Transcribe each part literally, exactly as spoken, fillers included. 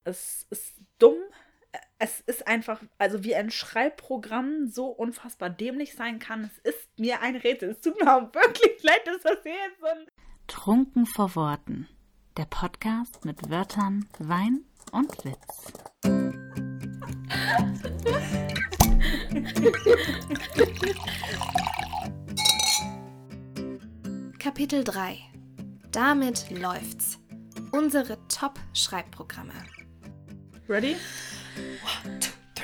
Es ist dumm. Es ist einfach, also wie ein Schreibprogramm so unfassbar dämlich sein kann. Es ist mir ein Rätsel. Es tut mir auch wirklich leid, dass das hier jetzt so ein... Trunken vor Worten. Der Podcast mit Wörtern, Wein und Witz. Kapitel drei. Damit läuft's. Unsere Top-Schreibprogramme. Ready? One, two, three.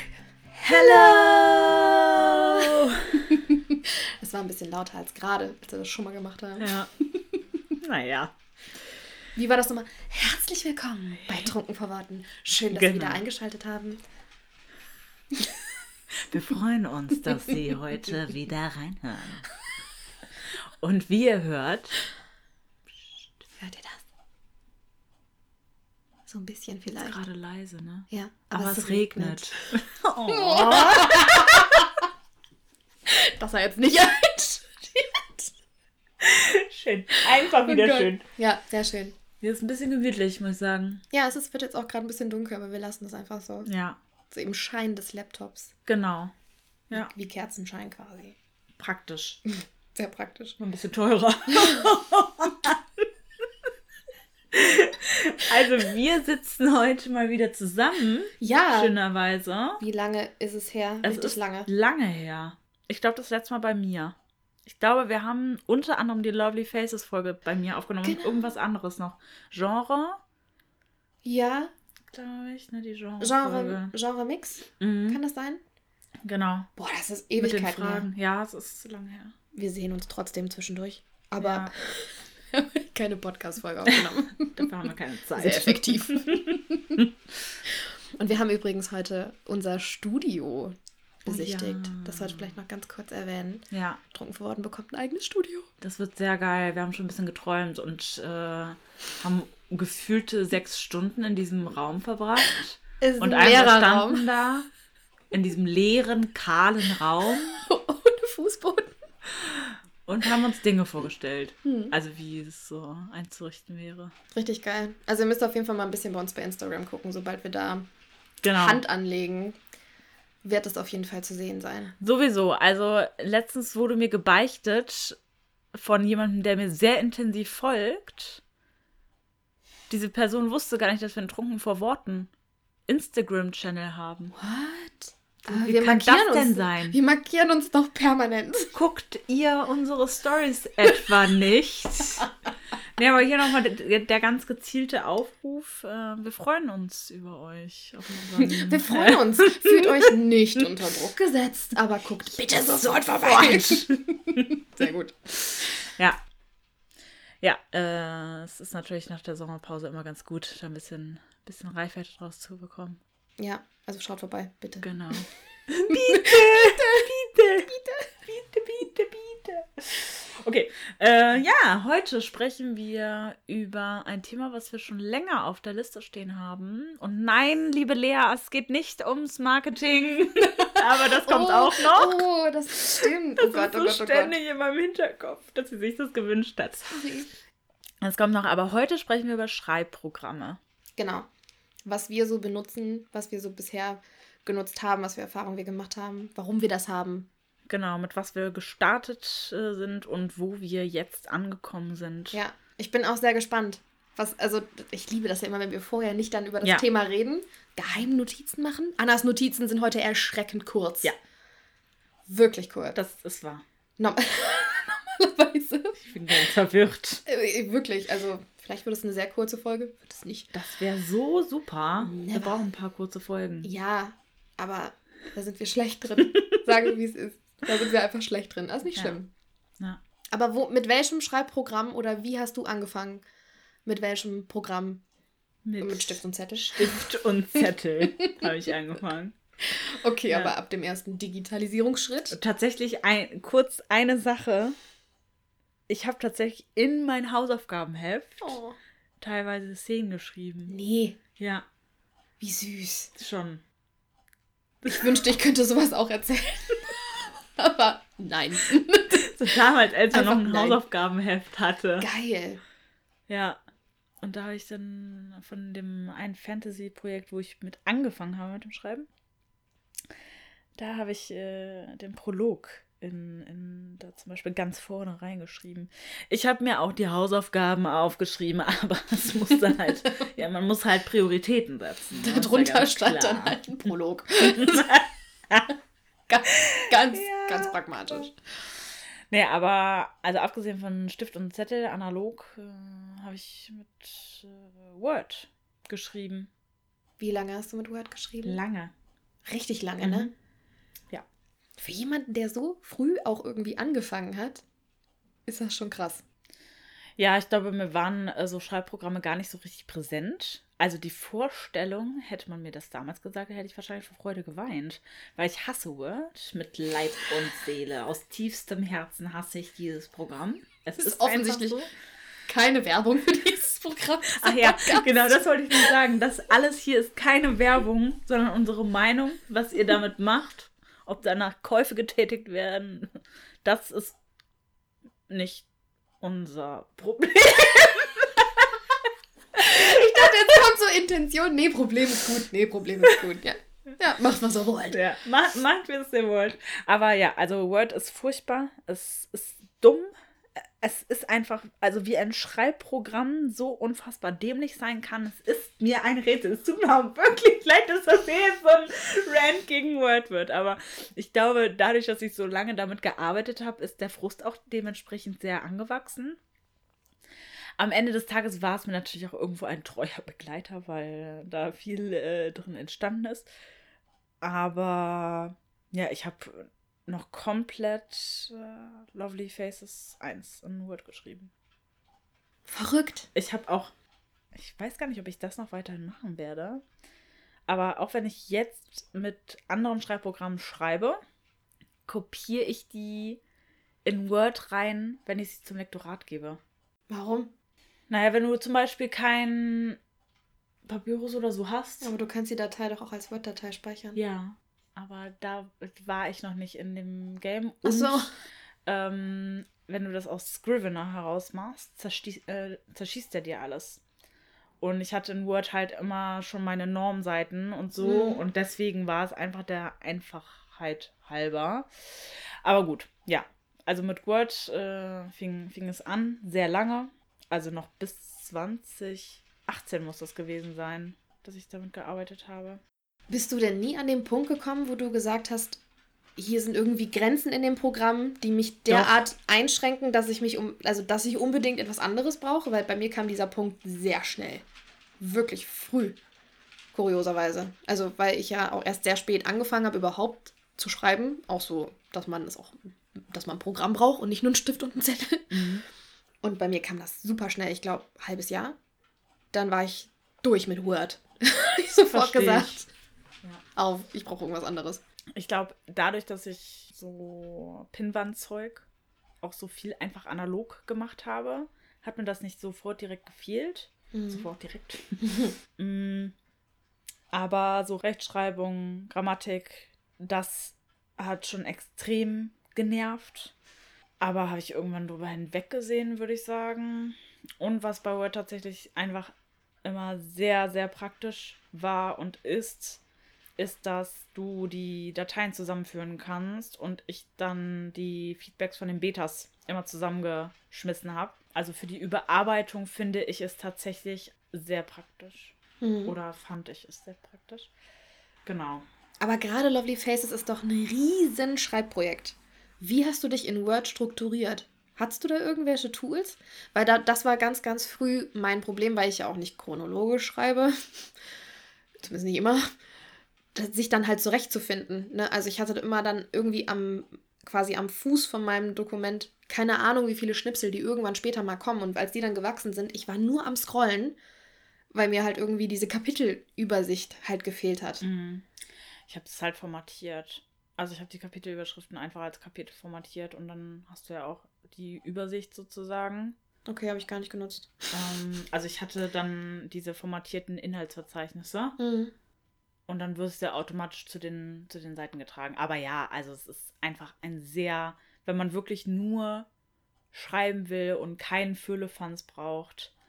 Hello! Das war ein bisschen lauter als gerade, als wir das schon mal gemacht haben. Ja. Naja. Wie war das nochmal? Herzlich willkommen bei Trunken vor Worten. Schön, dass Genau. Sie wieder eingeschaltet haben. Wir freuen uns, dass Sie heute wieder reinhören. Und wie ihr hört... Hört ihr das? So ein bisschen vielleicht. Ist gerade leise, ne? Ja, aber, aber es regnet. regnet. Oh. Das war jetzt nicht einstudiert. Schön. Einfach wieder Oh schön. Ja, sehr schön. Hier ist ein bisschen gemütlich, muss ich sagen. Ja, es ist, wird jetzt auch gerade ein bisschen dunkel, aber wir lassen das einfach so. Ja. So im Schein des Laptops. Genau. Ja. Wie Kerzenschein quasi. Praktisch. Sehr praktisch. Nur ein bisschen teurer. Also wir sitzen heute mal wieder zusammen. Ja. Schönerweise. Wie lange ist es her? Es Richtig ist lange. Lange her. Ich glaube, das letzte Mal bei mir. Ich glaube, wir haben unter anderem die Lovely Faces Folge bei mir aufgenommen. Genau. Und irgendwas anderes noch. Genre, Ja. glaube ich, ne, die Genre. Genre, Genre Mix. Mhm. Kann das sein? Genau. Boah, das ist Mit den Ewigkeiten her. Fragen. Ja, es ist zu lange her. Wir sehen uns trotzdem zwischendurch. Aber Ja. keine Podcast-Folge aufgenommen. Dafür haben wir keine Zeit. Sehr effektiv. Und wir haben übrigens heute unser Studio besichtigt. Oh ja. Das sollte ich vielleicht noch ganz kurz erwähnen. Ja, Trunken vor Worten bekommt ein eigenes Studio. das wird sehr geil. Wir haben schon ein bisschen geträumt und äh, haben gefühlte sechs Stunden in diesem Raum verbracht. Es ist Und ein einfach leerer standen Raum. da in diesem leeren, kahlen Raum Ohne Fußboden. und haben uns Dinge vorgestellt. Hm. Also wie es so einzurichten wäre. Richtig geil. Also ihr müsst auf jeden Fall mal ein bisschen bei uns bei Instagram gucken. Sobald wir da Genau. Hand anlegen, wird es auf jeden Fall zu sehen sein. Sowieso. Also letztens wurde mir gebeichtet von jemandem, der mir sehr intensiv folgt. Diese Person wusste gar nicht, dass wir einen Trunken vor Worten Instagram-Channel haben. What? Wie kann das denn uns, sein? Wir markieren uns doch permanent. Guckt ihr unsere Stories etwa nicht? Nee, aber hier nochmal der, der ganz gezielte Aufruf. Äh, wir freuen uns über euch. Auf unseren, Wir freuen uns. Fühlt euch nicht unter Druck gesetzt, aber guckt bitte sofort vorbei. Sehr gut. Ja. Ja, äh, es ist natürlich nach der Sommerpause immer ganz gut, da ein bisschen, bisschen Reichweite draus zu bekommen. Ja, also schaut vorbei, bitte. Genau. Bitte, bitte, bitte, bitte, bitte. Okay, äh, ja, heute sprechen wir über ein Thema, was wir schon länger auf der Liste stehen haben. Und nein, liebe Lea, es geht nicht ums Marketing, aber das kommt oh, auch noch. Oh, das stimmt. Das Oh Gott, ist oh so Gott, oh ständig Gott. in meinem Hinterkopf, dass sie sich das gewünscht hat. Sorry. Das kommt noch, aber heute sprechen wir über Schreibprogramme. Genau. Was wir so benutzen, was wir so bisher genutzt haben, was für Erfahrungen wir gemacht haben, warum wir das haben. Genau, mit was wir gestartet äh, sind und wo wir jetzt angekommen sind. Ja, ich bin auch sehr gespannt. Was, also, ich liebe das ja immer, wenn wir vorher nicht dann über das Ja. Thema reden. Geheime Notizen machen. Annas Notizen sind heute erschreckend kurz. Ja. Wirklich kurz. Das ist wahr. No- Normalerweise. Ich bin ganz verwirrt. Äh, wirklich, also, vielleicht wird es eine sehr kurze Folge. Wird es nicht. Das wäre so super. Wir Never. brauchen ein paar kurze Folgen. Ja, aber da sind wir schlecht drin. Sagen wir, wie es ist. Da sind wir einfach schlecht drin. Das ist nicht Ja. schlimm. Ja. Aber wo, mit welchem Schreibprogramm oder wie hast du angefangen? Mit welchem Programm? Mit, Mit Stift und Zettel? Stift und Zettel habe ich angefangen. Okay, Ja. aber ab dem ersten Digitalisierungsschritt? Tatsächlich ein, kurz eine Sache. Ich habe tatsächlich in mein Hausaufgabenheft Oh. teilweise Szenen geschrieben. Nee, Ja, wie süß. schon. Ich wünschte, ich könnte sowas auch erzählen. Aber nein. So damals, als man noch Einfach ein nein. Hausaufgabenheft hatte. Geil. Ja. Und da habe ich dann von dem einen Fantasy-Projekt, wo ich mit angefangen habe mit dem Schreiben, da habe ich äh, den Prolog in, in da zum Beispiel ganz vorne reingeschrieben. Ich habe mir auch die Hausaufgaben aufgeschrieben, aber es muss dann halt, ja, man muss halt Prioritäten setzen. Ne? Darunter ja stand klar. dann halt ein Prolog. ganz, ganz, Ja. ganz pragmatisch. Nee, aber also abgesehen von Stift und Zettel, analog, äh, habe ich mit äh, Word geschrieben. Wie lange hast du mit Word geschrieben? Lange. Richtig lange, Mhm. ne? Ja. Für jemanden, der so früh auch irgendwie angefangen hat, ist das schon krass. Ja, ich glaube, mir waren äh, so Schreibprogramme gar nicht so richtig präsent. Also die Vorstellung, hätte man mir das damals gesagt, hätte ich wahrscheinlich vor Freude geweint. Weil ich hasse Word mit Leib und Seele. Aus tiefstem Herzen hasse ich dieses Programm. Es Das ist ist offensichtlich einfach so. keine Werbung für dieses Programm. Ach ja, genau, das wollte ich nur sagen. Das alles hier ist keine Werbung, sondern unsere Meinung, was ihr damit macht. Ob danach Käufe getätigt werden, das ist nicht unser Problem. Ich dachte, jetzt kommt so Intention. Nee, Problem ist gut. Nee, Problem ist gut. Ja, ja macht, was ihr wollt. Ja, macht, macht, wie es ihr wollt. Aber ja, also Word ist furchtbar. Es ist dumm. Es ist einfach, also wie ein Schreibprogramm so unfassbar dämlich sein kann. Es ist mir ein Rätsel. Es tut mir auch wirklich leid, dass das hier jetzt so ein Rant gegen Word wird. Aber ich glaube, dadurch, dass ich so lange damit gearbeitet habe, ist der Frust auch dementsprechend sehr angewachsen. Am Ende des Tages war es mir natürlich auch irgendwo ein treuer Begleiter, weil da viel äh, drin entstanden ist. Aber ja, ich habe noch komplett äh, Lovely Faces eins in Word geschrieben. Verrückt. Ich habe auch, ich weiß gar nicht, ob ich das noch weiterhin machen werde, aber auch wenn ich jetzt mit anderen Schreibprogrammen schreibe, kopiere ich die in Word rein, wenn ich sie zum Lektorat gebe. Warum? Naja, wenn du zum Beispiel kein Papyrus oder so hast. Aber du kannst die Datei doch auch als Word-Datei speichern. Ja, aber da war ich noch nicht in dem Game. Ach so. Und, ähm, wenn du das aus Scrivener heraus machst, zerstieß, äh, zerschießt er dir alles. Und ich hatte in Word halt immer schon meine Normseiten und so. Mhm. Und deswegen war es einfach der Einfachheit halber. Aber gut, ja. Also mit Word äh, fing, fing es an, sehr lange. Also noch bis zwanzig achtzehn muss das gewesen sein, dass ich damit gearbeitet habe. Bist du denn nie an den Punkt gekommen, wo du gesagt hast, hier sind irgendwie Grenzen in dem Programm, die mich derart Doch. einschränken, dass ich mich um, also dass ich unbedingt etwas anderes brauche? Weil bei mir kam dieser Punkt sehr schnell. Wirklich früh. Kurioserweise. Also, weil ich ja auch erst sehr spät angefangen habe, überhaupt zu schreiben. Auch so, dass man es auch, dass man ein Programm braucht und nicht nur einen Stift und einen Zettel. Mhm. Und bei mir kam das super schnell, ich glaube, ein halbes Jahr. Dann war ich durch mit Word. ich sofort Versteh gesagt. Ich. Ja. Auf, ich brauche irgendwas anderes. Ich glaube, dadurch, dass ich so Pinnwandzeug auch so viel einfach analog gemacht habe, hat mir das nicht sofort direkt gefehlt. Mhm. Sofort direkt. mm, aber so Rechtschreibung, Grammatik, das hat schon extrem genervt. Aber habe ich irgendwann drüber hinweggesehen, würde ich sagen. Und was bei Word tatsächlich einfach immer sehr, sehr praktisch war und ist, ist, dass du die Dateien zusammenführen kannst und ich dann die Feedbacks von den Betas immer zusammengeschmissen habe. Also für die Überarbeitung finde ich es tatsächlich sehr praktisch. Mhm. Oder fand ich es sehr praktisch. Genau. Aber gerade Lovely Faces ist doch ein riesen Schreibprojekt. Wie hast du dich in Word strukturiert? Hattest du da irgendwelche Tools? Weil da, das war ganz, ganz früh mein Problem, weil ich ja auch nicht chronologisch schreibe. Zumindest nicht immer. Sich dann halt zurechtzufinden. Ne? Also ich hatte immer dann irgendwie am, quasi am Fuß von meinem Dokument keine Ahnung, wie viele Schnipsel, die irgendwann später mal kommen. Und als die dann gewachsen sind, ich war nur am Scrollen, weil mir halt irgendwie diese Kapitelübersicht halt gefehlt hat. Mhm. Ich habe es halt formatiert. Also ich habe die Kapitelüberschriften einfach als Kapitel formatiert und dann hast du ja auch die Übersicht sozusagen. Okay, habe ich gar nicht genutzt. Ähm, also ich hatte dann diese formatierten Inhaltsverzeichnisse mhm. und dann wirst du ja automatisch zu den, zu den Seiten getragen. Aber ja, also es ist einfach ein sehr, wenn man wirklich nur schreiben will und keinen Firlefanz braucht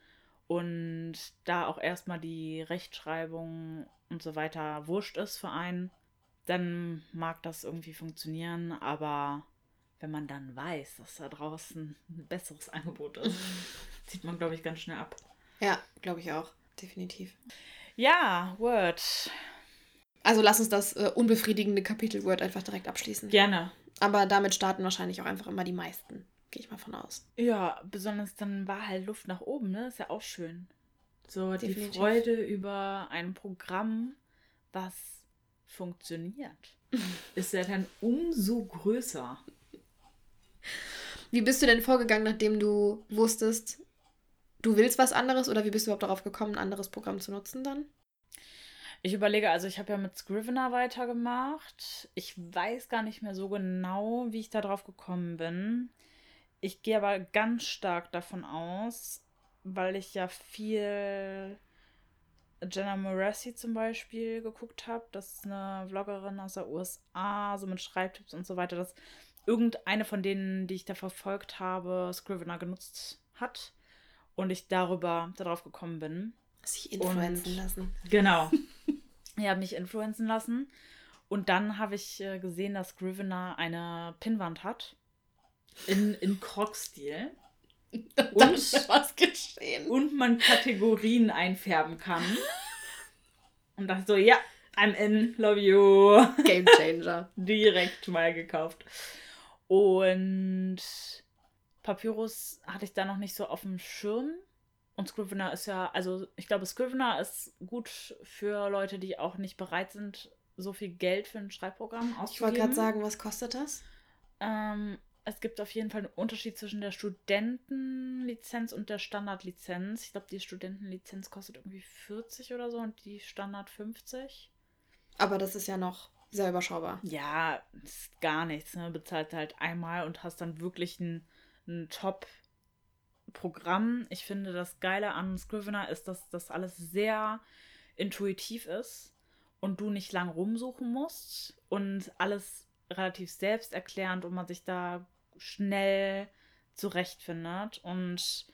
und da auch erstmal die Rechtschreibung und so weiter wurscht ist für einen, dann mag das irgendwie funktionieren, aber wenn man dann weiß, dass da draußen ein besseres Angebot ist, zieht man, glaube ich, ganz schnell ab. Ja, glaube ich auch. Definitiv. Ja, Word. Also lass uns das äh, unbefriedigende Kapitel Word einfach direkt abschließen. Gerne. Aber damit starten wahrscheinlich auch einfach immer die meisten. Gehe ich mal von aus. Ja, besonders dann war halt Luft nach oben, ne? Ist ja auch schön. So Definitiv. die Freude über ein Programm, was funktioniert, ist ja dann umso größer. Wie bist du denn vorgegangen, nachdem du wusstest, du willst was anderes, oder wie bist du überhaupt darauf gekommen, ein anderes Programm zu nutzen dann? Ich überlege, also ich habe ja mit Scrivener weitergemacht. Ich weiß gar nicht mehr so genau, wie ich da drauf gekommen bin. Ich gehe aber ganz stark davon aus, weil ich ja viel Jenna Morassi zum Beispiel geguckt habe. Das ist eine Vloggerin aus der U S A, so mit Schreibtipps und so weiter, dass irgendeine von denen, die ich da verfolgt habe, Scrivener genutzt hat und ich darüber darauf gekommen bin. Sich influenzen Und- lassen. Genau. Ich habe mich influenzen lassen. Und dann habe ich äh, gesehen, dass Scrivener eine Pinnwand hat. In, in Croc-Stil. Dann Und- ist was geschehen. Und man Kategorien einfärben kann. Und dachte so, ja, I'm in, love you. Game Changer. Direkt mal gekauft. Und Papyrus hatte ich da noch nicht so auf dem Schirm. Und Scrivener ist ja, also ich glaube, Scrivener ist gut für Leute, die auch nicht bereit sind, so viel Geld für ein Schreibprogramm auszugeben. Ich wollte gerade sagen, was kostet das? Ähm, es gibt auf jeden Fall einen Unterschied zwischen der Studentenlizenz und der Standardlizenz. Ich glaube, die Studentenlizenz kostet irgendwie vierzig oder so und die Standard fünfzig. Aber das ist ja noch sehr überschaubar. Ja, ist gar nichts. Ne? Bezahlt halt einmal und hast dann wirklich ein, ein Top-Programm. Ich finde, das Geile an Scrivener ist, dass das alles sehr intuitiv ist und du nicht lang rumsuchen musst und alles relativ selbsterklärend und man sich da schnell zurechtfindet. Und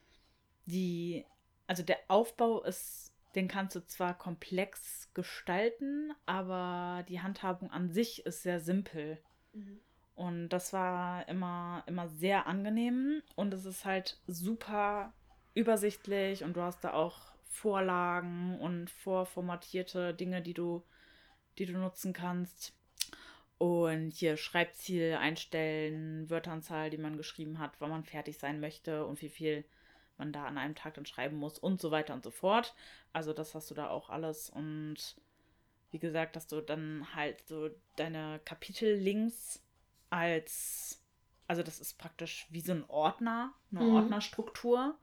die, also der Aufbau ist, den kannst du zwar komplex gestalten, aber die Handhabung an sich ist sehr simpel. Und das war immer, immer sehr angenehm. Und es ist halt super übersichtlich und du hast da auch Vorlagen und vorformatierte Dinge, die du, die du nutzen kannst. Und hier Schreibziel einstellen, Wörteranzahl, die man geschrieben hat, wann man fertig sein möchte und wie viel man da an einem Tag dann schreiben muss und so weiter und so fort. Also das hast du da auch alles. Und wie gesagt, dass du dann halt so deine Kapitellinks als, also das ist praktisch wie so ein Ordner, eine Mhm. Ordnerstruktur.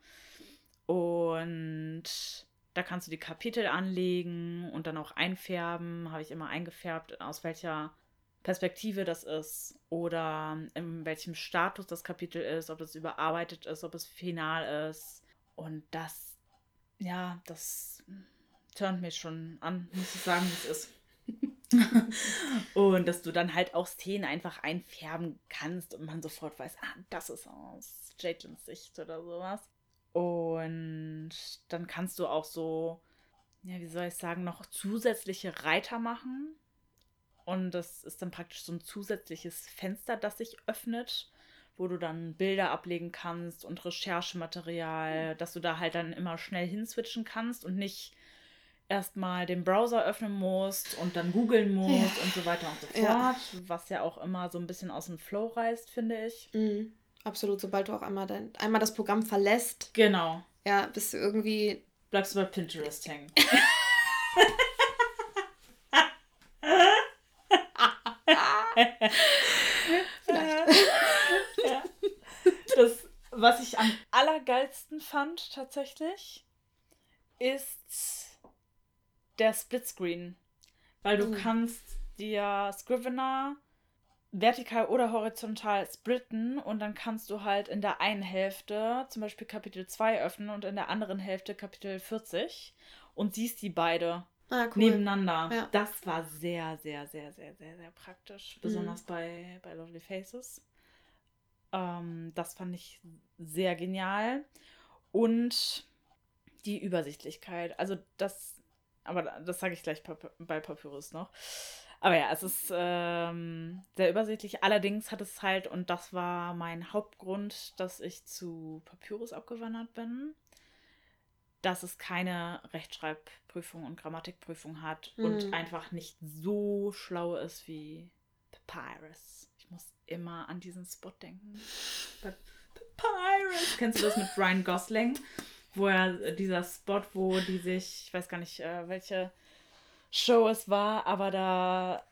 Und da kannst du die Kapitel anlegen und dann auch einfärben. Habe ich immer eingefärbt, aus welcher Perspektive das ist oder in welchem Status das Kapitel ist, ob das überarbeitet ist, ob es final ist. Und das, ja, das turnt mich schon an, muss ich sagen, wie es ist. Und dass du dann halt auch Szenen einfach einfärben kannst und man sofort weiß, ah, das ist aus Jaitlins Sicht oder sowas. Und dann kannst du auch so, ja, wie soll ich sagen, noch zusätzliche Reiter machen. Und das ist dann praktisch so ein zusätzliches Fenster, das sich öffnet, wo du dann Bilder ablegen kannst und Recherchematerial, dass du da halt dann immer schnell hinswitchen kannst und nicht erstmal den Browser öffnen musst und dann googeln musst Ja. und so weiter und so fort. Ja. Was ja auch immer so ein bisschen aus dem Flow reißt, finde ich. Mhm. Absolut, sobald du auch einmal, dein, einmal das Programm verlässt, Genau. ja, bist du irgendwie. Bleibst du bei Pinterest hängen. Ja. Das, was ich am allergeilsten fand tatsächlich, ist der Splitscreen. Weil du Mhm. kannst dir Scrivener vertikal oder horizontal splitten und dann kannst du halt in der einen Hälfte zum Beispiel Kapitel zwei öffnen und in der anderen Hälfte Kapitel vierzig und siehst die beide Ah, cool. nebeneinander. Ja. Das war sehr, sehr, sehr, sehr, sehr, sehr praktisch. Besonders bei, bei Lovely Faces. Ähm, das fand ich sehr genial. Und die Übersichtlichkeit. Also das, aber das sage ich gleich bei Papyrus noch. Aber ja, es ist ähm, sehr übersichtlich. Allerdings hat es halt, und das war mein Hauptgrund, dass ich zu Papyrus abgewandert bin, dass es keine Rechtschreibprüfung und Grammatikprüfung hat Mhm. und einfach nicht so schlau ist wie Papyrus. Ich muss immer an diesen Spot denken. Papyrus. Kennst du das mit Ryan Gosling? Wo er, dieser Spot, wo die sich, ich weiß gar nicht, äh, welche Show es war, aber da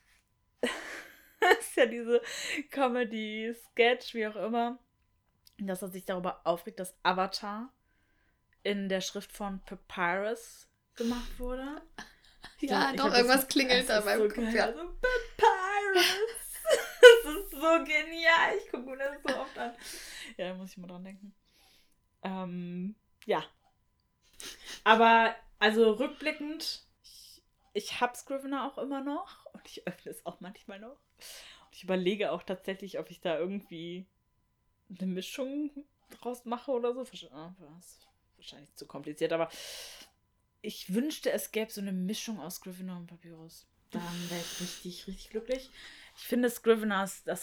ist ja diese Comedy-Sketch, wie auch immer, dass er sich darüber aufregt, dass Avatar in der Schriftform Papyrus gemacht wurde. Ja, Ich doch, hab das- irgendwas klingelt das da ist beim so Kopf. geil. Ja. Also, Papyrus. Das ist so genial. Ich gucke mir das so oft an. Ja, da muss ich mal dran denken. Ähm, ja. Aber, also rückblickend, ich, ich habe Scrivener auch immer noch und ich öffne es auch manchmal noch. Und ich überlege auch tatsächlich, ob ich da irgendwie eine Mischung draus mache oder so. Versch- ah, was? Wahrscheinlich zu kompliziert, aber ich wünschte, es gäbe so eine Mischung aus Scrivener und Papyrus. Dann wäre ich richtig, richtig glücklich. Ich finde Scrivener ist das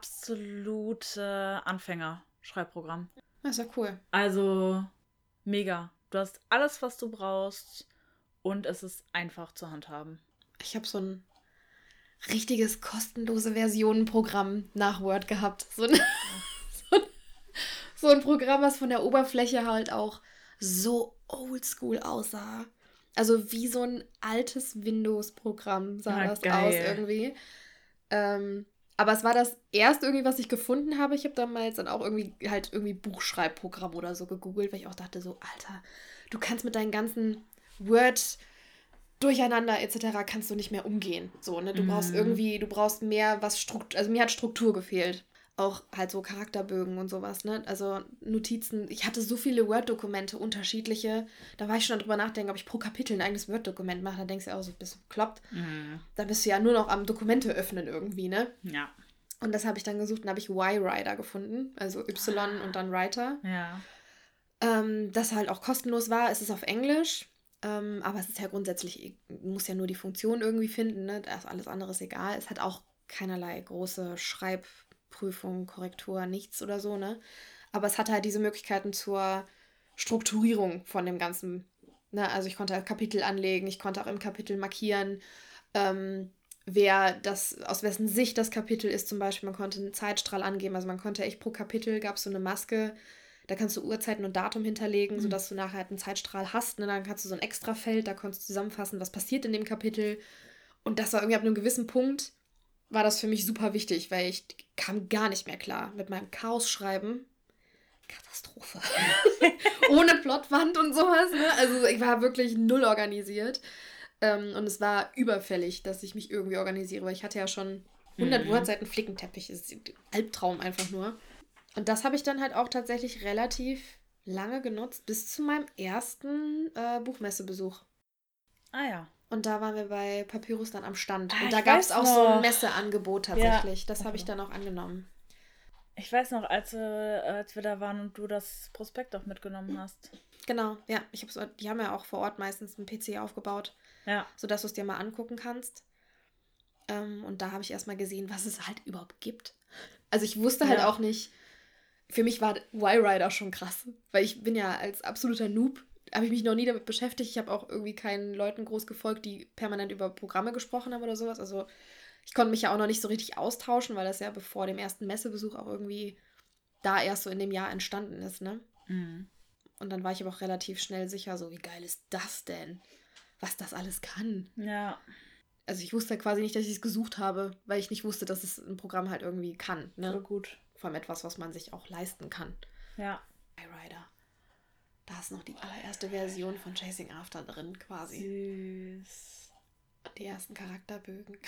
absolute Anfänger-Schreibprogramm. Das ist ja cool. Also mega. Du hast alles, was du brauchst und es ist einfach zu handhaben. Ich habe so ein richtiges kostenlose Versionenprogramm nach Word gehabt. So ein, so, ein, so ein Programm, was von der Oberfläche halt auch so oldschool aussah. Also wie so ein altes Windows-Programm sah Ah, das geil. aus irgendwie. Ähm, aber es war das erste irgendwie, was ich gefunden habe. Ich habe damals dann auch irgendwie halt irgendwie Buchschreibprogramm oder so gegoogelt, weil ich auch dachte so, Alter, du kannst mit deinen ganzen Word Durcheinander et cetera kannst du nicht mehr umgehen. So, ne? Du Mhm. brauchst irgendwie, du brauchst mehr, was Struktur, also mir hat Struktur gefehlt. Auch halt so Charakterbögen und sowas, ne? Also Notizen. Ich hatte so viele Word-Dokumente, unterschiedliche. Da war ich schon drüber nachdenken, ob ich pro Kapitel ein eigenes Word-Dokument mache. Da denkst du ja auch so, bist du bekloppt. Mhm. Da bist du ja nur noch am Dokumente öffnen irgendwie, ne? Ja. Und das habe ich dann gesucht und habe ich Y-Writer gefunden. Also Y und dann Writer. Ja. Ähm, das halt auch kostenlos war. Es ist auf Englisch. Ähm, aber es ist ja grundsätzlich, du musst ja nur die Funktion irgendwie finden, ne? Das alles andere ist egal. Es hat auch keinerlei große Schreibprüfung, Korrektur, nichts oder so, ne? Aber es hatte halt diese Möglichkeiten zur Strukturierung von dem Ganzen. Ne? Also ich konnte Kapitel anlegen, ich konnte auch im Kapitel markieren, ähm, wer das, aus wessen Sicht das Kapitel ist zum Beispiel. Man konnte einen Zeitstrahl angeben, also man konnte echt pro Kapitel, gab es so eine Maske, da kannst du Uhrzeiten und Datum hinterlegen, Mhm. sodass du nachher halt einen Zeitstrahl hast. Ne? Dann kannst du so ein Extrafeld, da konntest du zusammenfassen, was passiert in dem Kapitel. Und das war irgendwie ab einem gewissen Punkt, war das für mich super wichtig, weil ich kam gar nicht mehr klar mit meinem Chaos-Schreiben. Katastrophe. Ohne Plotwand und sowas. Ne? Also ich war wirklich null organisiert. Ähm, und es war überfällig, dass ich mich irgendwie organisiere, weil ich hatte ja schon hundert Mhm. Wordseiten Flickenteppich. Das ist ein Albtraum einfach nur. Und das habe ich dann halt auch tatsächlich relativ lange genutzt, bis zu meinem ersten äh, Buchmessebesuch. Ah ja. Und da waren wir bei Papyrus dann am Stand. Ah, und da ich gab es weiß auch so ein noch. Messeangebot tatsächlich. Das habe ich Okay. dann auch angenommen. Ich weiß noch, als, äh, als wir da waren und du das Prospekt auch mitgenommen hast. Genau, ja. Ich hab's, die haben ja auch vor Ort meistens einen P C aufgebaut, Ja. sodass du es dir mal angucken kannst. Ähm, und da habe ich erstmal gesehen, was es halt überhaupt gibt. Also ich wusste halt Ja. auch nicht, für mich war Y-Rider schon krass, weil ich bin ja als absoluter Noob, habe ich mich noch nie damit beschäftigt. Ich habe auch irgendwie keinen Leuten groß gefolgt, die permanent über Programme gesprochen haben oder sowas. Also ich konnte mich ja auch noch nicht so richtig austauschen, weil das ja bevor dem ersten Messebesuch auch irgendwie da erst so in dem Jahr entstanden ist, ne? Mhm. Und dann war ich aber auch relativ schnell sicher, so wie geil ist das denn? Was das alles kann. Ja. Also ich wusste quasi nicht, dass ich es gesucht habe, weil ich nicht wusste, dass es ein Programm halt irgendwie kann, Voll ne? gut. Vor allem etwas, was man sich auch leisten kann. Ja. Y-Rider. Da ist noch die allererste Version von Chasing After drin, quasi. Süß. Die ersten Charakterbögen.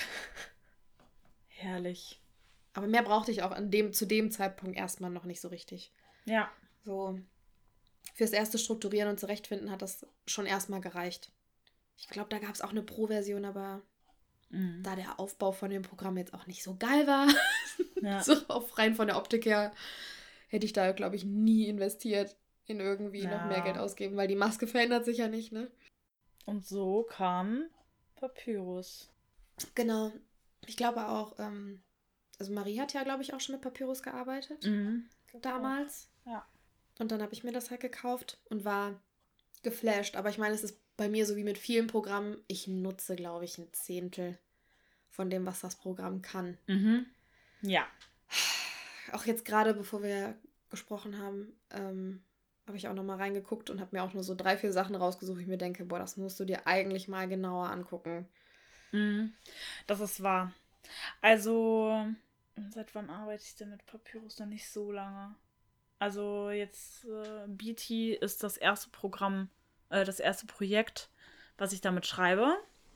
Herrlich. Aber mehr brauchte ich auch an dem, zu dem Zeitpunkt erstmal noch nicht so richtig. Ja. So fürs erste Strukturieren und Zurechtfinden hat das schon erstmal gereicht. Ich glaube, da gab es auch eine Pro-Version, aber Mhm. da der Aufbau von dem Programm jetzt auch nicht so geil war, Ja. so auf rein von der Optik her, hätte ich da, glaube ich, nie investiert in irgendwie Ja. noch mehr Geld ausgeben, weil die Maske verändert sich ja nicht, ne? Und so kam Papyrus. Genau. Ich glaube auch, ähm, also Marie hat ja, glaube ich, auch schon mit Papyrus gearbeitet. Mhm. Damals. Ja. Und dann habe ich mir das halt gekauft und war geflasht. Aber ich meine, es ist bei mir so wie mit vielen Programmen. Ich nutze, glaube ich, ein Zehntel von dem, was das Programm kann. Mhm. Ja. Auch jetzt gerade, bevor wir gesprochen haben, ähm, habe ich auch nochmal reingeguckt und habe mir auch nur so drei, vier Sachen rausgesucht, wo ich mir denke, boah, das musst du dir eigentlich mal genauer angucken. Mhm. Das ist wahr. Also, seit wann arbeite ich denn mit Papyrus? Noch nicht so lange. Also jetzt äh, B T ist das erste Programm, äh, das erste Projekt, was ich damit schreibe.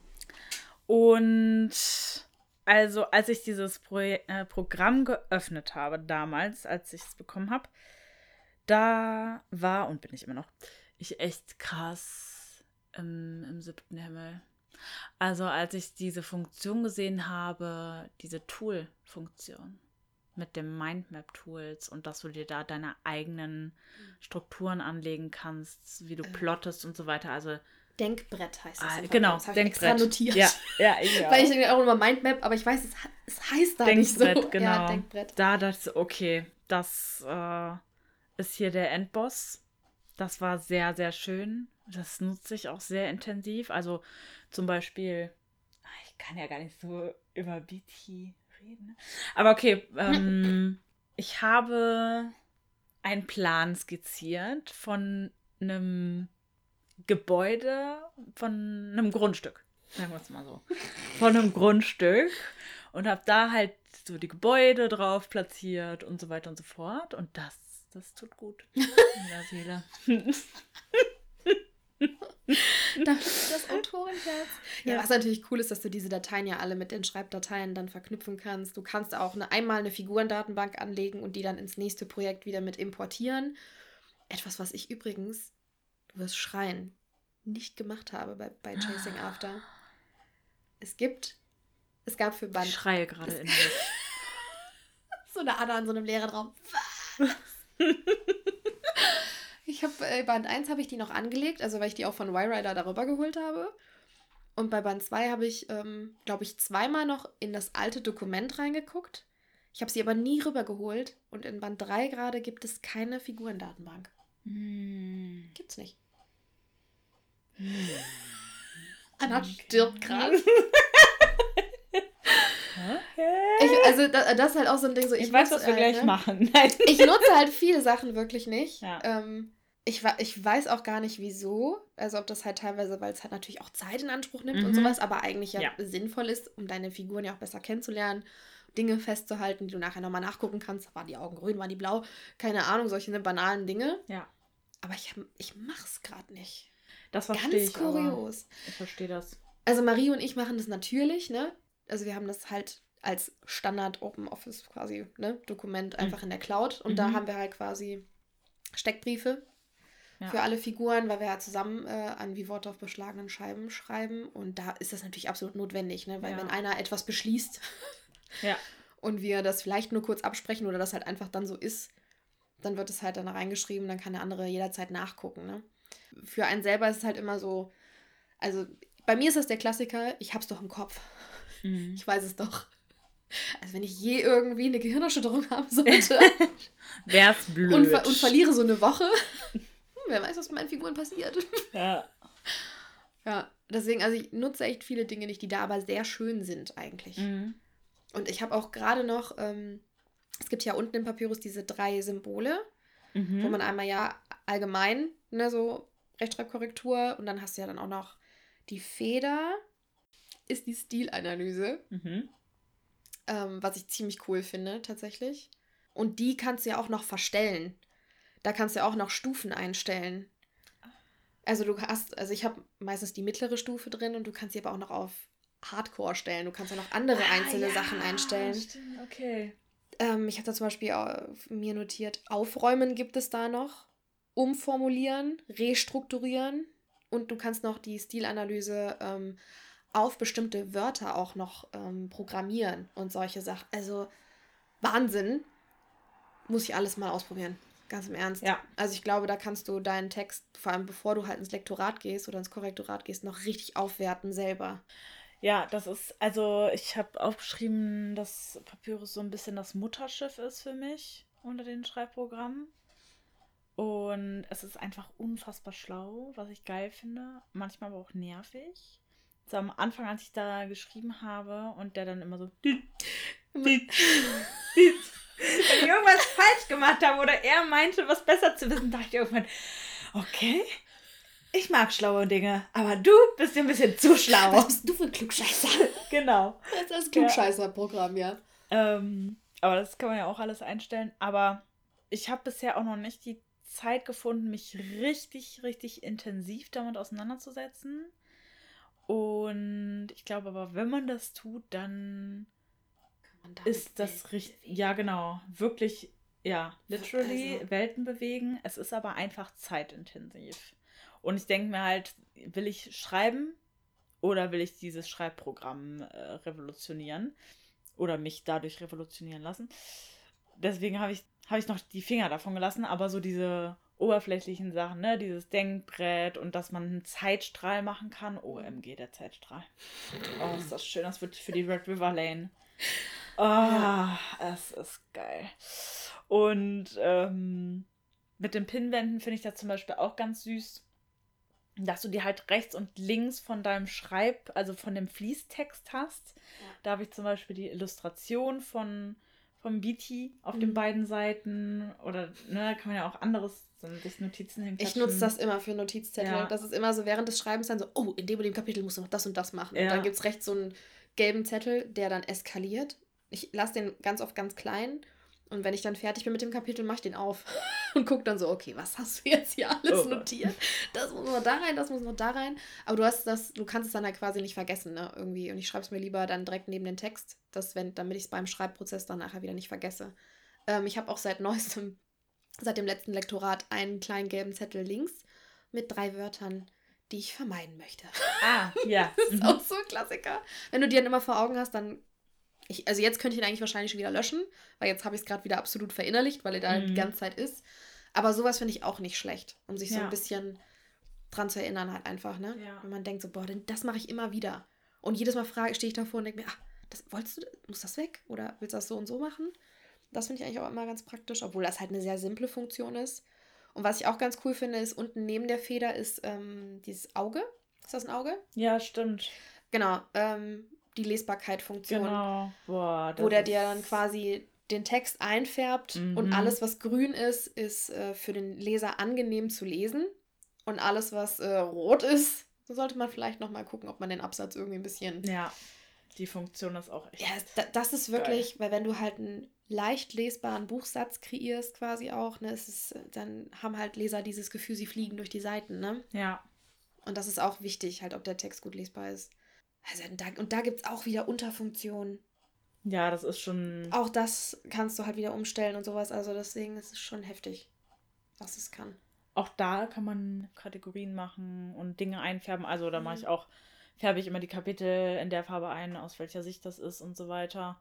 Und also als ich dieses Proje- äh, Programm geöffnet habe, damals, als ich es bekommen habe, da war, und bin ich immer noch, ich echt krass im, im siebten Himmel. Also als ich diese Funktion gesehen habe, diese Tool-Funktion mit dem Mindmap-Tools und dass du dir da deine eigenen Strukturen anlegen kannst, wie du plottest und so weiter. Also Denkbrett heißt das. ah, im genau, Papyrus. Habe ich extra Denkbrett. notiert. Ja, ja, ich auch. Weil ich denke auch immer Mindmap, aber ich weiß, es, es heißt da nicht so. Denkbrett, genau. Ja, Denkbrett. Da dachte ich, okay, das äh, ist hier der Endboss. Das war sehr, sehr schön. Das nutze ich auch sehr intensiv. Also zum Beispiel, ich kann ja gar nicht so über B T reden. Ne? Aber okay, ähm, ich habe einen Plan skizziert von einem Gebäude, von einem Grundstück. Sagen wir es mal so. Von einem Grundstück. Und habe da halt so die Gebäude drauf platziert und so weiter und so fort. Und das, das tut gut in der Seele. Das, das Autorenherz. Ja, Ja. was natürlich cool ist, dass du diese Dateien ja alle mit den Schreibdateien dann verknüpfen kannst. Du kannst auch eine, einmal eine Figurendatenbank anlegen und die dann ins nächste Projekt wieder mit importieren. Etwas, was ich übrigens, du wirst schreien, nicht gemacht habe bei, bei Chasing After. Es gibt, es gab für Ich Band schreie gerade in mir. so eine Anna an so einem leeren Raum. Ich habe äh, Band eins habe ich die noch angelegt, also weil ich die auch von Y-Rider darüber geholt habe. Und bei Band zwei habe ich, ähm, glaube ich, zweimal noch in das alte Dokument reingeguckt. Ich habe sie aber nie rübergeholt. Und in Band drei gerade gibt es keine Figurendatenbank. Hm. Gibt's nicht. Hm. Anna stirbt gerade. Okay. Ich, also da, das ist halt auch so ein Ding, so Ich, ich, weiß, nutze was wir halt, gleich ne? machen. Nein. Ich nutze halt viele Sachen wirklich nicht. Ja. Ähm, ich, wa- ich weiß auch gar nicht, wieso. Also ob das halt teilweise, weil es halt natürlich auch Zeit in Anspruch nimmt und Mhm. sowas, aber eigentlich ja, Ja. sinnvoll ist, um deine Figuren ja auch besser kennenzulernen, Dinge festzuhalten, die du nachher nochmal nachgucken kannst. Waren die Augen grün, waren die blau? Keine Ahnung, solche banalen Dinge. Ja, Aber ich, hab- ich mach's gerade nicht. das verstehe Ganz ich. Aber kurios. ich verstehe das. Also Marie und ich machen das natürlich, ne? Also wir haben das halt als Standard Open Office quasi, ne? Dokument einfach in der Cloud. Und da Mhm. haben wir halt quasi Steckbriefe Ja. für alle Figuren, weil wir ja zusammen äh, an wie Worte auf beschlagenen Scheiben schreiben. Und da ist das natürlich absolut notwendig, ne? Weil Ja. wenn einer etwas beschließt Ja. und wir das vielleicht nur kurz absprechen oder das halt einfach dann so ist, dann wird es halt dann reingeschrieben, dann kann der andere jederzeit nachgucken, ne? Für einen selber ist es halt immer so, also bei mir ist das der Klassiker, ich hab's doch im Kopf. Mhm. Ich weiß es doch. Also wenn ich je irgendwie eine Gehirnerschütterung haben sollte Wär's blöd. und, ver und verliere so eine Woche, hm, wer weiß, was mit meinen Figuren passiert. Ja. Ja, deswegen, also ich nutze echt viele Dinge nicht, die da aber sehr schön sind eigentlich. Mhm. Und ich habe auch gerade noch, ähm, es gibt ja unten im Papyrus diese drei Symbole, Mhm. wo man einmal ja allgemein, ne, so Rechtschreibkorrektur und dann hast du ja dann auch noch die Feder, ist die Stilanalyse. Mhm. Ähm, was ich ziemlich cool finde, tatsächlich. Und die kannst du ja auch noch verstellen. Da kannst du ja auch noch Stufen einstellen. Also du hast, also ich habe meistens die mittlere Stufe drin und du kannst sie aber auch noch auf Hardcore stellen. Du kannst ja noch andere einzelne Ah, ja, Sachen einstellen. Stimmt, okay. Ähm, ich habe da zum Beispiel auf mir notiert, aufräumen gibt es da noch, umformulieren, restrukturieren und du kannst noch die Stilanalyse ähm, auf bestimmte Wörter auch noch ähm, programmieren und solche Sachen. Also Wahnsinn. Muss ich alles mal ausprobieren. Ganz im Ernst. Ja. Also ich glaube, da kannst du deinen Text, vor allem bevor du halt ins Lektorat gehst oder ins Korrektorat gehst, noch richtig aufwerten selber. Ja, das ist, also ich habe aufgeschrieben, dass Papyrus so ein bisschen das Mutterschiff ist für mich unter den Schreibprogrammen. Und es ist einfach unfassbar schlau, was ich geil finde. Manchmal aber auch nervig. So am Anfang, als ich da geschrieben habe und der dann immer so dit, dit, dit, wenn ich irgendwas falsch gemacht habe oder er meinte, was besser zu wissen, dachte ich irgendwann, okay, ich mag schlaue Dinge, aber du bist ein bisschen zu schlau. Was bist du für ein Klugscheißer? Genau. Das ist das Klugscheißer-Programm, ja. Ähm, aber das kann man ja auch alles einstellen. Aber ich habe bisher auch noch nicht die Zeit gefunden, mich richtig, richtig intensiv damit auseinanderzusetzen. Und ich glaube aber, wenn man das tut, dann Kann man damit ist das Welten richtig, bewegen. ja genau, wirklich, ja, literally Also- Welten bewegen. Es ist aber einfach zeitintensiv. Und ich denke mir halt, will ich schreiben oder will ich dieses Schreibprogramm äh, revolutionieren oder mich dadurch revolutionieren lassen? Deswegen habe ich, hab ich noch die Finger davon gelassen, aber so diese oberflächlichen Sachen, ne, dieses Denkbrett und dass man einen Zeitstrahl machen kann. O M G, der Zeitstrahl. Oh, ist das schön, das wird für die Red River Lane. Oh, Ja. es ist geil. Und ähm, mit den Pinwänden finde ich das zum Beispiel auch ganz süß, dass du die halt rechts und links von deinem Schreib, also von dem Fließtext hast. Ja. Da habe ich zum Beispiel die Illustration von vom Beatty auf den Mhm. beiden Seiten. Oder, ne, kann man ja auch anderes, so sich Notizen Ich hinklatschen. nutze das immer für Notizzettel. Ja. Das ist immer so während des Schreibens dann so, oh, in dem und dem Kapitel musst du noch das und das machen. Ja. Und dann gibt es rechts so einen gelben Zettel, der dann eskaliert. Ich lasse den ganz oft ganz klein. Und wenn ich dann fertig bin mit dem Kapitel, mache ich den auf und gucke dann so, okay, was hast du jetzt hier alles Oh Gott. notiert? Das muss noch da rein, das muss noch da rein. Aber du hast das, du kannst es dann halt quasi nicht vergessen, ne, irgendwie. Und ich schreibe es mir lieber dann direkt neben den Text, dass wenn, damit ich es beim Schreibprozess dann nachher wieder nicht vergesse. Ähm, ich habe auch seit neuestem, seit dem letzten Lektorat, einen kleinen gelben Zettel links mit drei Wörtern, die ich vermeiden möchte. Ah, ja. Das ist Mhm. auch so ein Klassiker. Wenn du die dann immer vor Augen hast, dann. Ich, also jetzt könnte ich ihn eigentlich wahrscheinlich schon wieder löschen, weil jetzt habe ich es gerade wieder absolut verinnerlicht, weil er da Mhm. die ganze Zeit ist. Aber sowas finde ich auch nicht schlecht, um sich so Ja. ein bisschen dran zu erinnern halt einfach, ne? Ja. Wenn man denkt so, boah, denn das mache ich immer wieder. Und jedes Mal frage, stehe ich davor und denke mir, ah, das wolltest du, muss das weg? Oder willst du das so und so machen? Das finde ich eigentlich auch immer ganz praktisch, obwohl das halt eine sehr simple Funktion ist. Und was ich auch ganz cool finde, ist unten neben der Feder ist ähm, dieses Auge. Ist das ein Auge? Ja, stimmt. Genau, ähm, die Lesbarkeit-Funktion. Genau. Boah, das Wo der ist- dir dann quasi den Text einfärbt und Mhm. alles, was grün ist, ist äh, für den Leser angenehm zu lesen. Und alles, was äh, rot ist, so sollte man vielleicht nochmal gucken, ob man den Absatz irgendwie ein bisschen... Ja, die Funktion ist auch echt. Ja, da, das ist wirklich, weil wenn du halt einen leicht lesbaren Buchsatz kreierst quasi auch, ne, es ist, dann haben halt Leser dieses Gefühl, sie fliegen durch die Seiten, ne? Ja. Und das ist auch wichtig, halt, ob der Text gut lesbar ist. Also da, und da gibt es auch wieder Unterfunktionen. Ja, das ist schon. Auch das kannst du halt wieder umstellen und sowas. Also deswegen ist es schon heftig, was es kann. Auch da kann man Kategorien machen und Dinge einfärben. Also da mache Mhm. ich auch, färbe ich immer die Kapitel in der Farbe ein, aus welcher Sicht das ist und so weiter.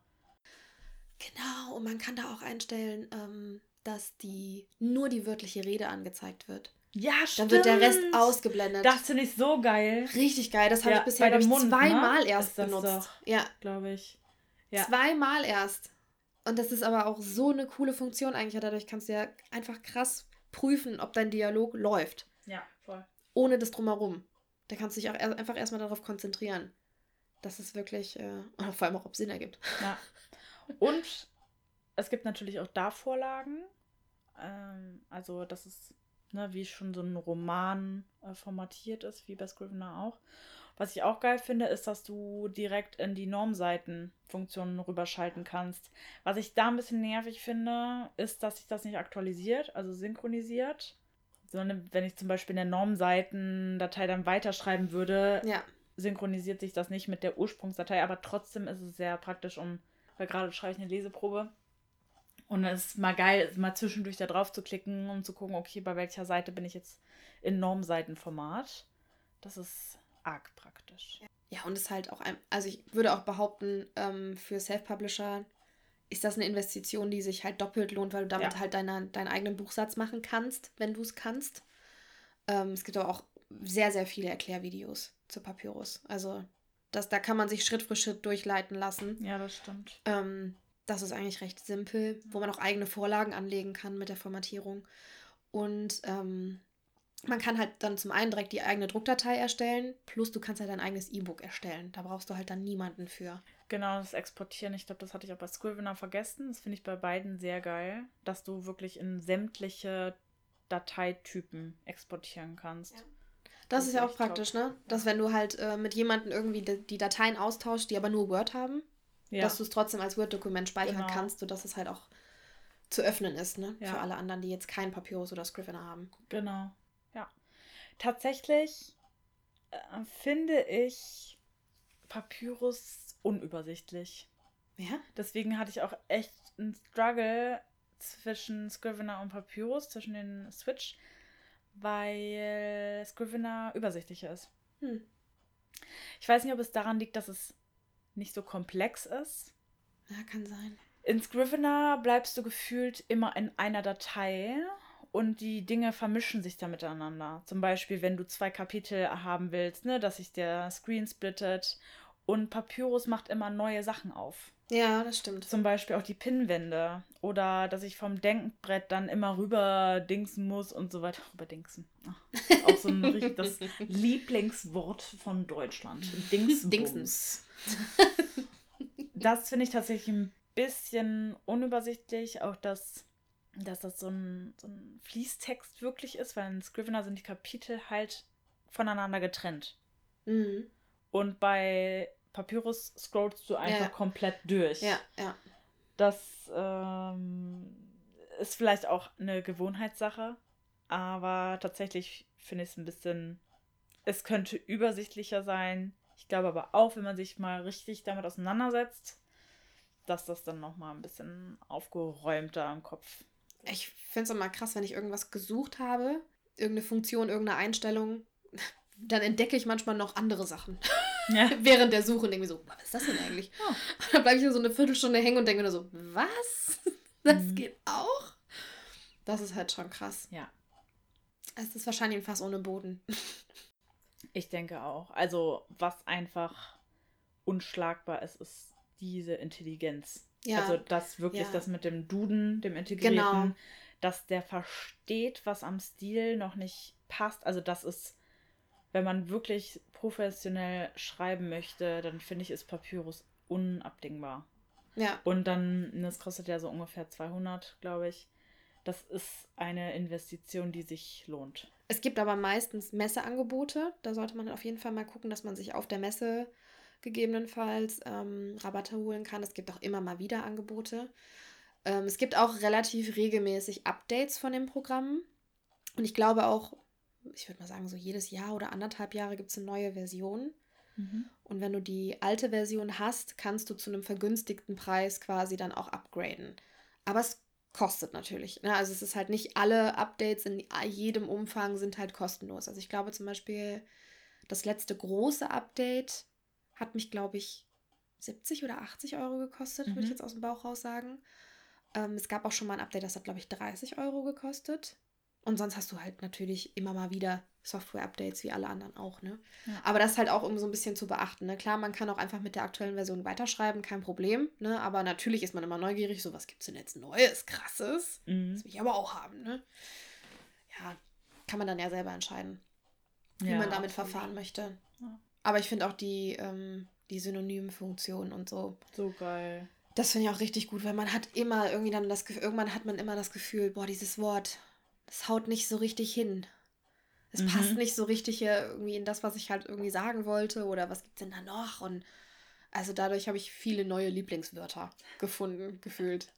Genau, und man kann da auch einstellen, ähm, dass die nur die wörtliche Rede angezeigt wird. Ja, Dann stimmt. wird der Rest ausgeblendet. Das finde ich so geil, Richtig geil. Das habe Ja, ich bisher bei dem glaub ich, Mund, ne? zweimal erst Ist das benutzt. doch. Ja, glaube ich. Ja. zweimal erst. Und das ist aber auch so eine coole Funktion eigentlich. Dadurch kannst du ja einfach krass prüfen, ob dein Dialog läuft. Ja, voll. Ohne das Drumherum. Da kannst du dich auch er- einfach erstmal darauf konzentrieren. Das ist wirklich, äh, und vor allem auch, ob es Sinn ergibt. Ja. Und es gibt natürlich auch da Vorlagen. Ähm, also, das ist, ne, wie schon so ein Roman äh, formatiert ist, wie bei Scrivener auch. Was ich auch geil finde, ist, dass du direkt in die Normseitenfunktionen rüberschalten kannst. Was ich da ein bisschen nervig finde, ist, dass sich das nicht aktualisiert, also synchronisiert. Sondern wenn ich zum Beispiel in der Normseitendatei dann weiterschreiben würde, Ja. synchronisiert sich das nicht mit der Ursprungsdatei, aber trotzdem ist es sehr praktisch, um, weil gerade schreibe ich eine Leseprobe und es ist mal geil, mal zwischendurch da drauf zu klicken und zu gucken, okay, bei welcher Seite bin ich jetzt in Normseitenformat. Das ist arg praktisch. Ja, und es ist halt auch, ein, also ich würde auch behaupten, ähm, für Self-Publisher ist das eine Investition, die sich halt doppelt lohnt, weil du damit Ja. halt deine, deinen eigenen Buchsatz machen kannst, wenn du es kannst. Ähm, es gibt aber auch sehr, sehr viele Erklärvideos zu Papyrus. Also das, da kann man sich Schritt für Schritt durchleiten lassen. Ja, das stimmt. Ähm, das ist eigentlich recht simpel, wo man auch eigene Vorlagen anlegen kann mit der Formatierung. Und ähm, man kann halt dann zum einen direkt die eigene Druckdatei erstellen, plus du kannst halt dein eigenes E-Book erstellen. Da brauchst du halt dann niemanden für. Genau, das Exportieren, ich glaube, das hatte ich auch bei Scrivener vergessen. Das finde ich bei beiden sehr geil, dass du wirklich in sämtliche Dateitypen exportieren kannst. Ja. Das, Das ist ist ja auch echt praktisch, top. ne? Dass wenn du halt äh, mit jemandem irgendwie die, die Dateien austauschst, die aber nur Word haben, Ja, dass du es trotzdem als Word-Dokument speichern Genau. kannst, sodass es halt auch zu öffnen ist, ne? Ja. Für alle anderen, die jetzt keinen Papyrus oder Scrivener haben. genau. Ja. Tatsächlich äh, finde ich Papyrus unübersichtlich. Ja? Deswegen hatte ich auch echt einen Struggle zwischen Scrivener und Papyrus, zwischen den Switch, weil Scrivener übersichtlicher ist. Hm. Ich weiß nicht, ob es daran liegt, dass es nicht so komplex ist. Ja, kann sein. In Scrivener bleibst du gefühlt immer in einer Datei und die Dinge vermischen sich da miteinander. Zum Beispiel, wenn du zwei Kapitel haben willst, ne, dass sich der Screen splittet. Und Papyrus macht immer neue Sachen auf. Ja, das stimmt. Zum Beispiel auch die Pinnwände. Oder dass ich vom Denkbrett dann immer rüber dingsen muss und so weiter. Rüberdingsen. Ach, auch so ein richtig das Lieblingswort von Deutschland. Dingsbums. Dingsens. Das finde ich tatsächlich ein bisschen unübersichtlich. Auch, dass, dass das so ein, so ein Fließtext wirklich ist. Weil in Scrivener sind die Kapitel halt voneinander getrennt. Mhm. Und bei Papyrus scrollst du einfach Ja. komplett durch. Ja, ja. Das ähm, ist vielleicht auch eine Gewohnheitssache, aber tatsächlich finde ich es ein bisschen, es könnte übersichtlicher sein. Ich glaube aber auch, wenn man sich mal richtig damit auseinandersetzt, dass das dann nochmal ein bisschen aufgeräumter im Kopf. Ich finde es immer krass, wenn ich irgendwas gesucht habe, irgendeine Funktion, irgendeine Einstellung, dann entdecke ich manchmal noch andere Sachen. Ja. Während der Suche und denke mir so, was ist das denn eigentlich? Oh. Dann bleibe ich hier so eine Viertelstunde hängen und denke mir nur so, was? Das Mhm. geht auch? Das ist halt schon krass. Ja, Es ist wahrscheinlich ein Fass ohne Boden. ich denke auch. Also, was einfach unschlagbar ist, ist diese Intelligenz. Ja. Also, das wirklich, Ja. das mit dem Duden, dem Integrierten, Genau. dass der versteht, was am Stil noch nicht passt. Also, das ist, wenn man wirklich professionell schreiben möchte, dann finde ich, ist Papyrus unabdingbar. Ja. Und dann, das kostet ja so ungefähr zweihundert, glaube ich. Das ist eine Investition, die sich lohnt. Es gibt aber meistens Messeangebote. Da sollte man auf jeden Fall mal gucken, dass man sich auf der Messe gegebenenfalls ähm, Rabatte holen kann. Es gibt auch immer mal wieder Angebote. Ähm, es gibt auch relativ regelmäßig Updates von den Programmen. Und ich glaube auch, ich würde mal sagen, so jedes Jahr oder anderthalb Jahre gibt es eine neue Version. Mhm. Und wenn du die alte Version hast, kannst du zu einem vergünstigten Preis quasi dann auch upgraden. Aber es kostet natürlich. Ne? Also es ist halt nicht alle Updates in jedem Umfang sind halt kostenlos. Also ich glaube zum Beispiel, das letzte große Update hat mich, glaube ich, siebzig oder achtzig Euro gekostet, würde ich Mhm. jetzt aus dem Bauch raus sagen. Ähm, es gab auch schon mal ein Update, das hat, glaube ich, dreißig Euro gekostet. Und sonst hast du halt natürlich immer mal wieder Software-Updates, wie alle anderen auch, ne? Ja. Aber das ist halt auch irgendwie so ein bisschen zu beachten, ne? Klar, man kann auch einfach mit der aktuellen Version weiterschreiben, kein Problem, ne? Aber natürlich ist man immer neugierig, so was gibt's denn jetzt Neues, Krasses? Mhm. Das will ich aber auch haben, ne? Ja, kann man dann ja selber entscheiden, wie Ja, man damit absolut. verfahren möchte. Ja. Aber ich finde auch die, ähm, die Synonymfunktion und so, So geil. das finde ich auch richtig gut, weil man hat immer irgendwie dann das Gefühl, irgendwann hat man immer das Gefühl, boah, dieses Wort, das haut nicht so richtig hin. Es Mhm. passt nicht so richtig hier irgendwie in das, was ich halt irgendwie sagen wollte oder was gibt's denn da noch? Und also dadurch habe ich viele neue Lieblingswörter gefunden, gefühlt.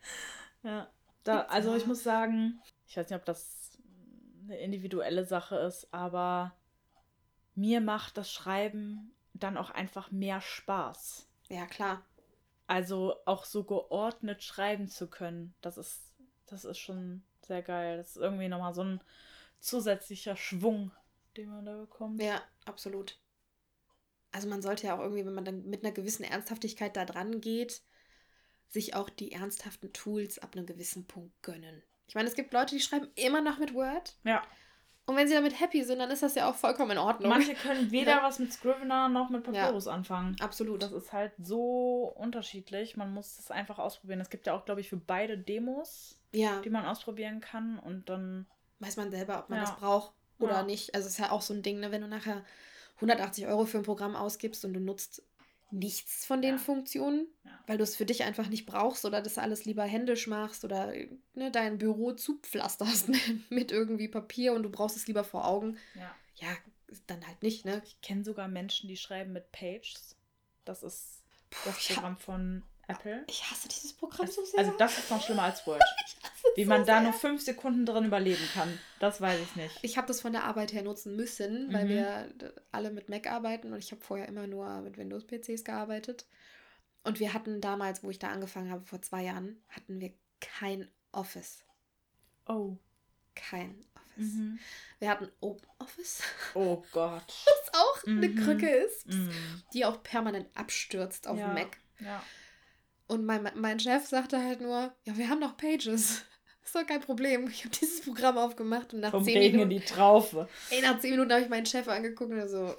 Ja. Da, Gibt's also ich ja. muss sagen, ich weiß nicht, ob das eine individuelle Sache ist, aber mir macht das Schreiben dann auch einfach mehr Spaß. Ja, klar. Also auch so geordnet schreiben zu können, das ist, das ist schon sehr geil. Das ist irgendwie nochmal so ein zusätzlicher Schwung, den man da bekommt. Ja, absolut. Also man sollte ja auch irgendwie, wenn man dann mit einer gewissen Ernsthaftigkeit da dran geht, sich auch die ernsthaften Tools ab einem gewissen Punkt gönnen. Ich meine, es gibt Leute, die schreiben immer noch mit Word. Ja. Und wenn sie damit happy sind, dann ist das ja auch vollkommen in Ordnung. Manche können weder Ja. was mit Scrivener noch mit Papyrus anfangen. Absolut. Das ist halt so unterschiedlich. Man muss es einfach ausprobieren. Es gibt ja auch, glaube ich, für beide Demos, Ja, die man ausprobieren kann. Und dann, weiß man selber, ob man Ja. das braucht oder Ja. nicht. Also es ist ja auch so ein Ding, ne, wenn du nachher hundertachtzig Euro für ein Programm ausgibst und du nutzt nichts von den Ja. Funktionen, Ja. weil du es für dich einfach nicht brauchst oder das alles lieber händisch machst oder ne, dein Büro zupflasterst mit irgendwie Papier und du brauchst es lieber vor Augen. ja. Ja, dann halt nicht, ne? Ich kenne sogar Menschen, die schreiben mit Pages. Das ist das ich ha- Programm von Apple. Ich hasse dieses Programm Es, so sehr. also das ist noch schlimmer als Word. Wie man da nur fünf Sekunden drin überleben kann, das weiß ich nicht. Ich habe das von der Arbeit her nutzen müssen, weil Mhm. wir d- alle mit Mac arbeiten und ich habe vorher immer nur mit Windows-P Cs gearbeitet. Und wir hatten damals, wo ich da angefangen habe, vor zwei Jahren, hatten wir kein Office. Oh. Kein Office. Mhm. Wir hatten OpenOffice, Oh Gott. was auch eine Mhm. Krücke ist, Mhm. die auch permanent abstürzt auf Ja. dem Mac. Ja. Und mein, mein Chef sagte halt nur, ja, wir haben noch Pages. Ist doch kein Problem. Ich habe dieses Programm aufgemacht und nach Vom zehn Regen in Minuten... die Traufe. Ey, nach zehn Minuten habe ich meinen Chef angeguckt und er so,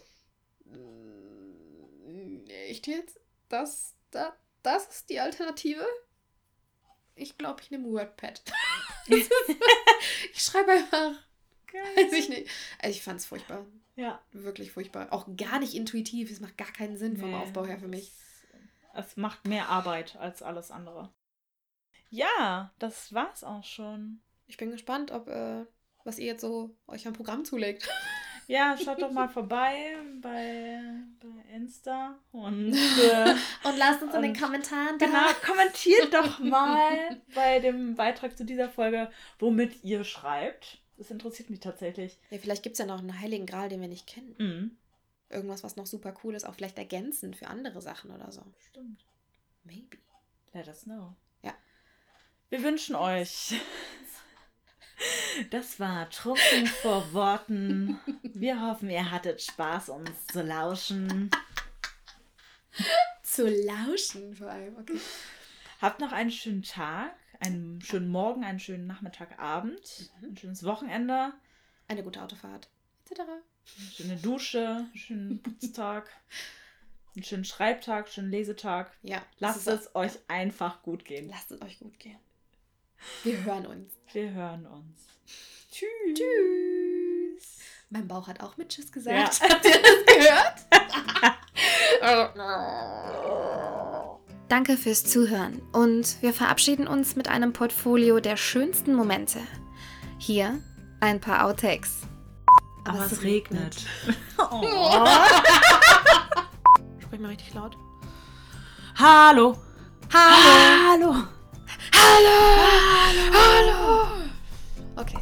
"Mm, echt jetzt? Das, da, das ist die Alternative? Ich glaube, ich nehme WordPad. Ich schreibe einfach, weiß ich nicht. Also ich fand es furchtbar. Ja. Wirklich furchtbar. Auch gar nicht intuitiv. Es macht gar keinen Sinn vom Nee, Aufbau her für mich. Es, es macht mehr Arbeit als alles andere. Ja, das war's auch schon. Ich bin gespannt, ob, äh, was ihr jetzt so euch am Programm zulegt. Ja, schaut doch mal vorbei bei, bei Insta und äh, Und lasst uns in den Und- Kommentaren da. genau, kommentiert doch mal bei dem Beitrag zu dieser Folge, womit ihr schreibt. Das interessiert mich tatsächlich. Ja, vielleicht gibt es ja noch einen heiligen Gral, den wir nicht kennen. Mhm. Irgendwas, was noch super cool ist, auch vielleicht ergänzend für andere Sachen oder so. Stimmt. Maybe. Let us know. Ja. Wir wünschen euch. Das war Trunken vor Worten. Wir hoffen, ihr hattet Spaß, uns zu lauschen. Zu lauschen vor allem, okay. Habt noch einen schönen Tag, einen schönen Morgen, einen schönen Nachmittag, Abend, ein schönes Wochenende, Eine gute Autofahrt, et cetera. eine schöne Dusche, einen schönen Putztag, einen schönen Schreibtag, einen schönen Lesetag. Ja. Lasst das ist- es euch einfach gut gehen. Lasst es euch gut gehen. Wir hören uns. Wir hören uns. Tschüss. Tschüss. Mein Bauch hat auch mit Tschüss gesagt. Ja. Habt ihr das gehört? Danke fürs Zuhören und wir verabschieden uns mit einem Portfolio der schönsten Momente. Hier ein paar Outtakes. Aber es regnet. Oh. Sprich mal richtig laut. Hallo. Hallo. Hallo. Hallo. Hallo. Okay.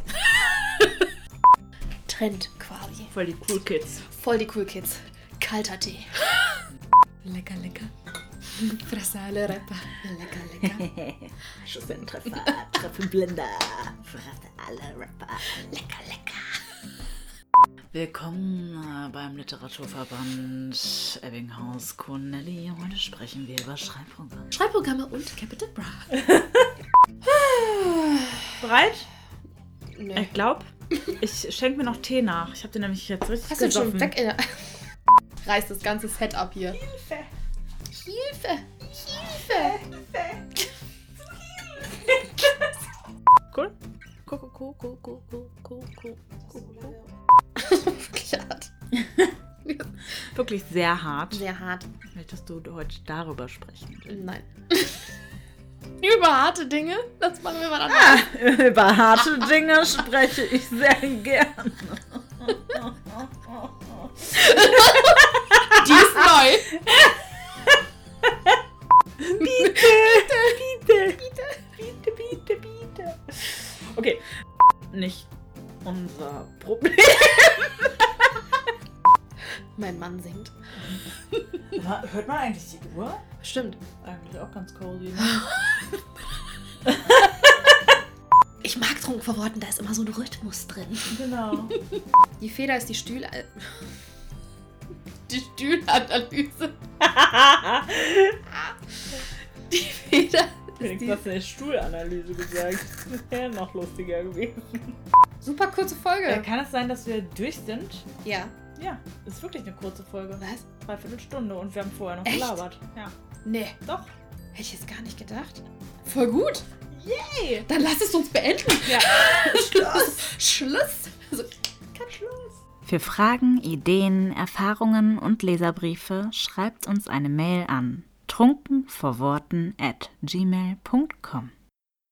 Trend quasi. Voll die Cool Kids. Voll die Cool Kids. Kalter Tee. Lecker, lecker. Fresse alle Rapper. Lecker, lecker. Schuss den Treffer, Trefferblinder. Fresse alle Rapper. Lecker, lecker. Willkommen äh, beim Literaturverband Ebbinghaus Connelly. Heute sprechen wir über Schreibprogramme. Schreibprogramme und Capital Bra. Bereit? Nee. Ich glaube, ich schenke mir noch Tee nach. Ich habe den nämlich jetzt richtig Hast du gesoffen. schon weg in der... Reißt das ganze Setup hier. Hilfe! Hilfe! Hilfe! Cool? Cool, cool, cool, cool, cool, cool, cool, cool, cool. Wirklich hart. Wirklich sehr hart. Sehr hart. Möchtest du heute darüber sprechen? Nein. Über harte Dinge? Das machen wir mal anders. Über harte Dinge spreche ich sehr gern. Die ist neu. Bitte, bitte, bitte, bitte, bitte, bitte. Okay, nicht unser Problem. Mein Mann singt. Hört man eigentlich die Uhr? Stimmt. Eigentlich auch ganz cozy. Ich mag Trunken vor Worten, da ist immer so ein Rhythmus drin. Genau. Die Feder ist die Stühl... Die Stühlanalyse. Die Feder Du hast eine Stuhlanalyse gesagt. Das wäre noch lustiger gewesen. Super kurze Folge. Äh, kann es sein, dass wir durch sind? Ja. Ja, ist wirklich eine kurze Folge. Was? Dreiviertel Stunde und wir haben vorher noch Echt? gelabert. Ja. Nee. Doch. Hätte ich jetzt gar nicht gedacht. Voll gut. Yay! Dann lass es uns beenden. Ja. Schluss. Schluss. Also, Kein Schluss. Für Fragen, Ideen, Erfahrungen und Leserbriefe schreibt uns eine Mail an trunkenvorworten at gmail punkt com.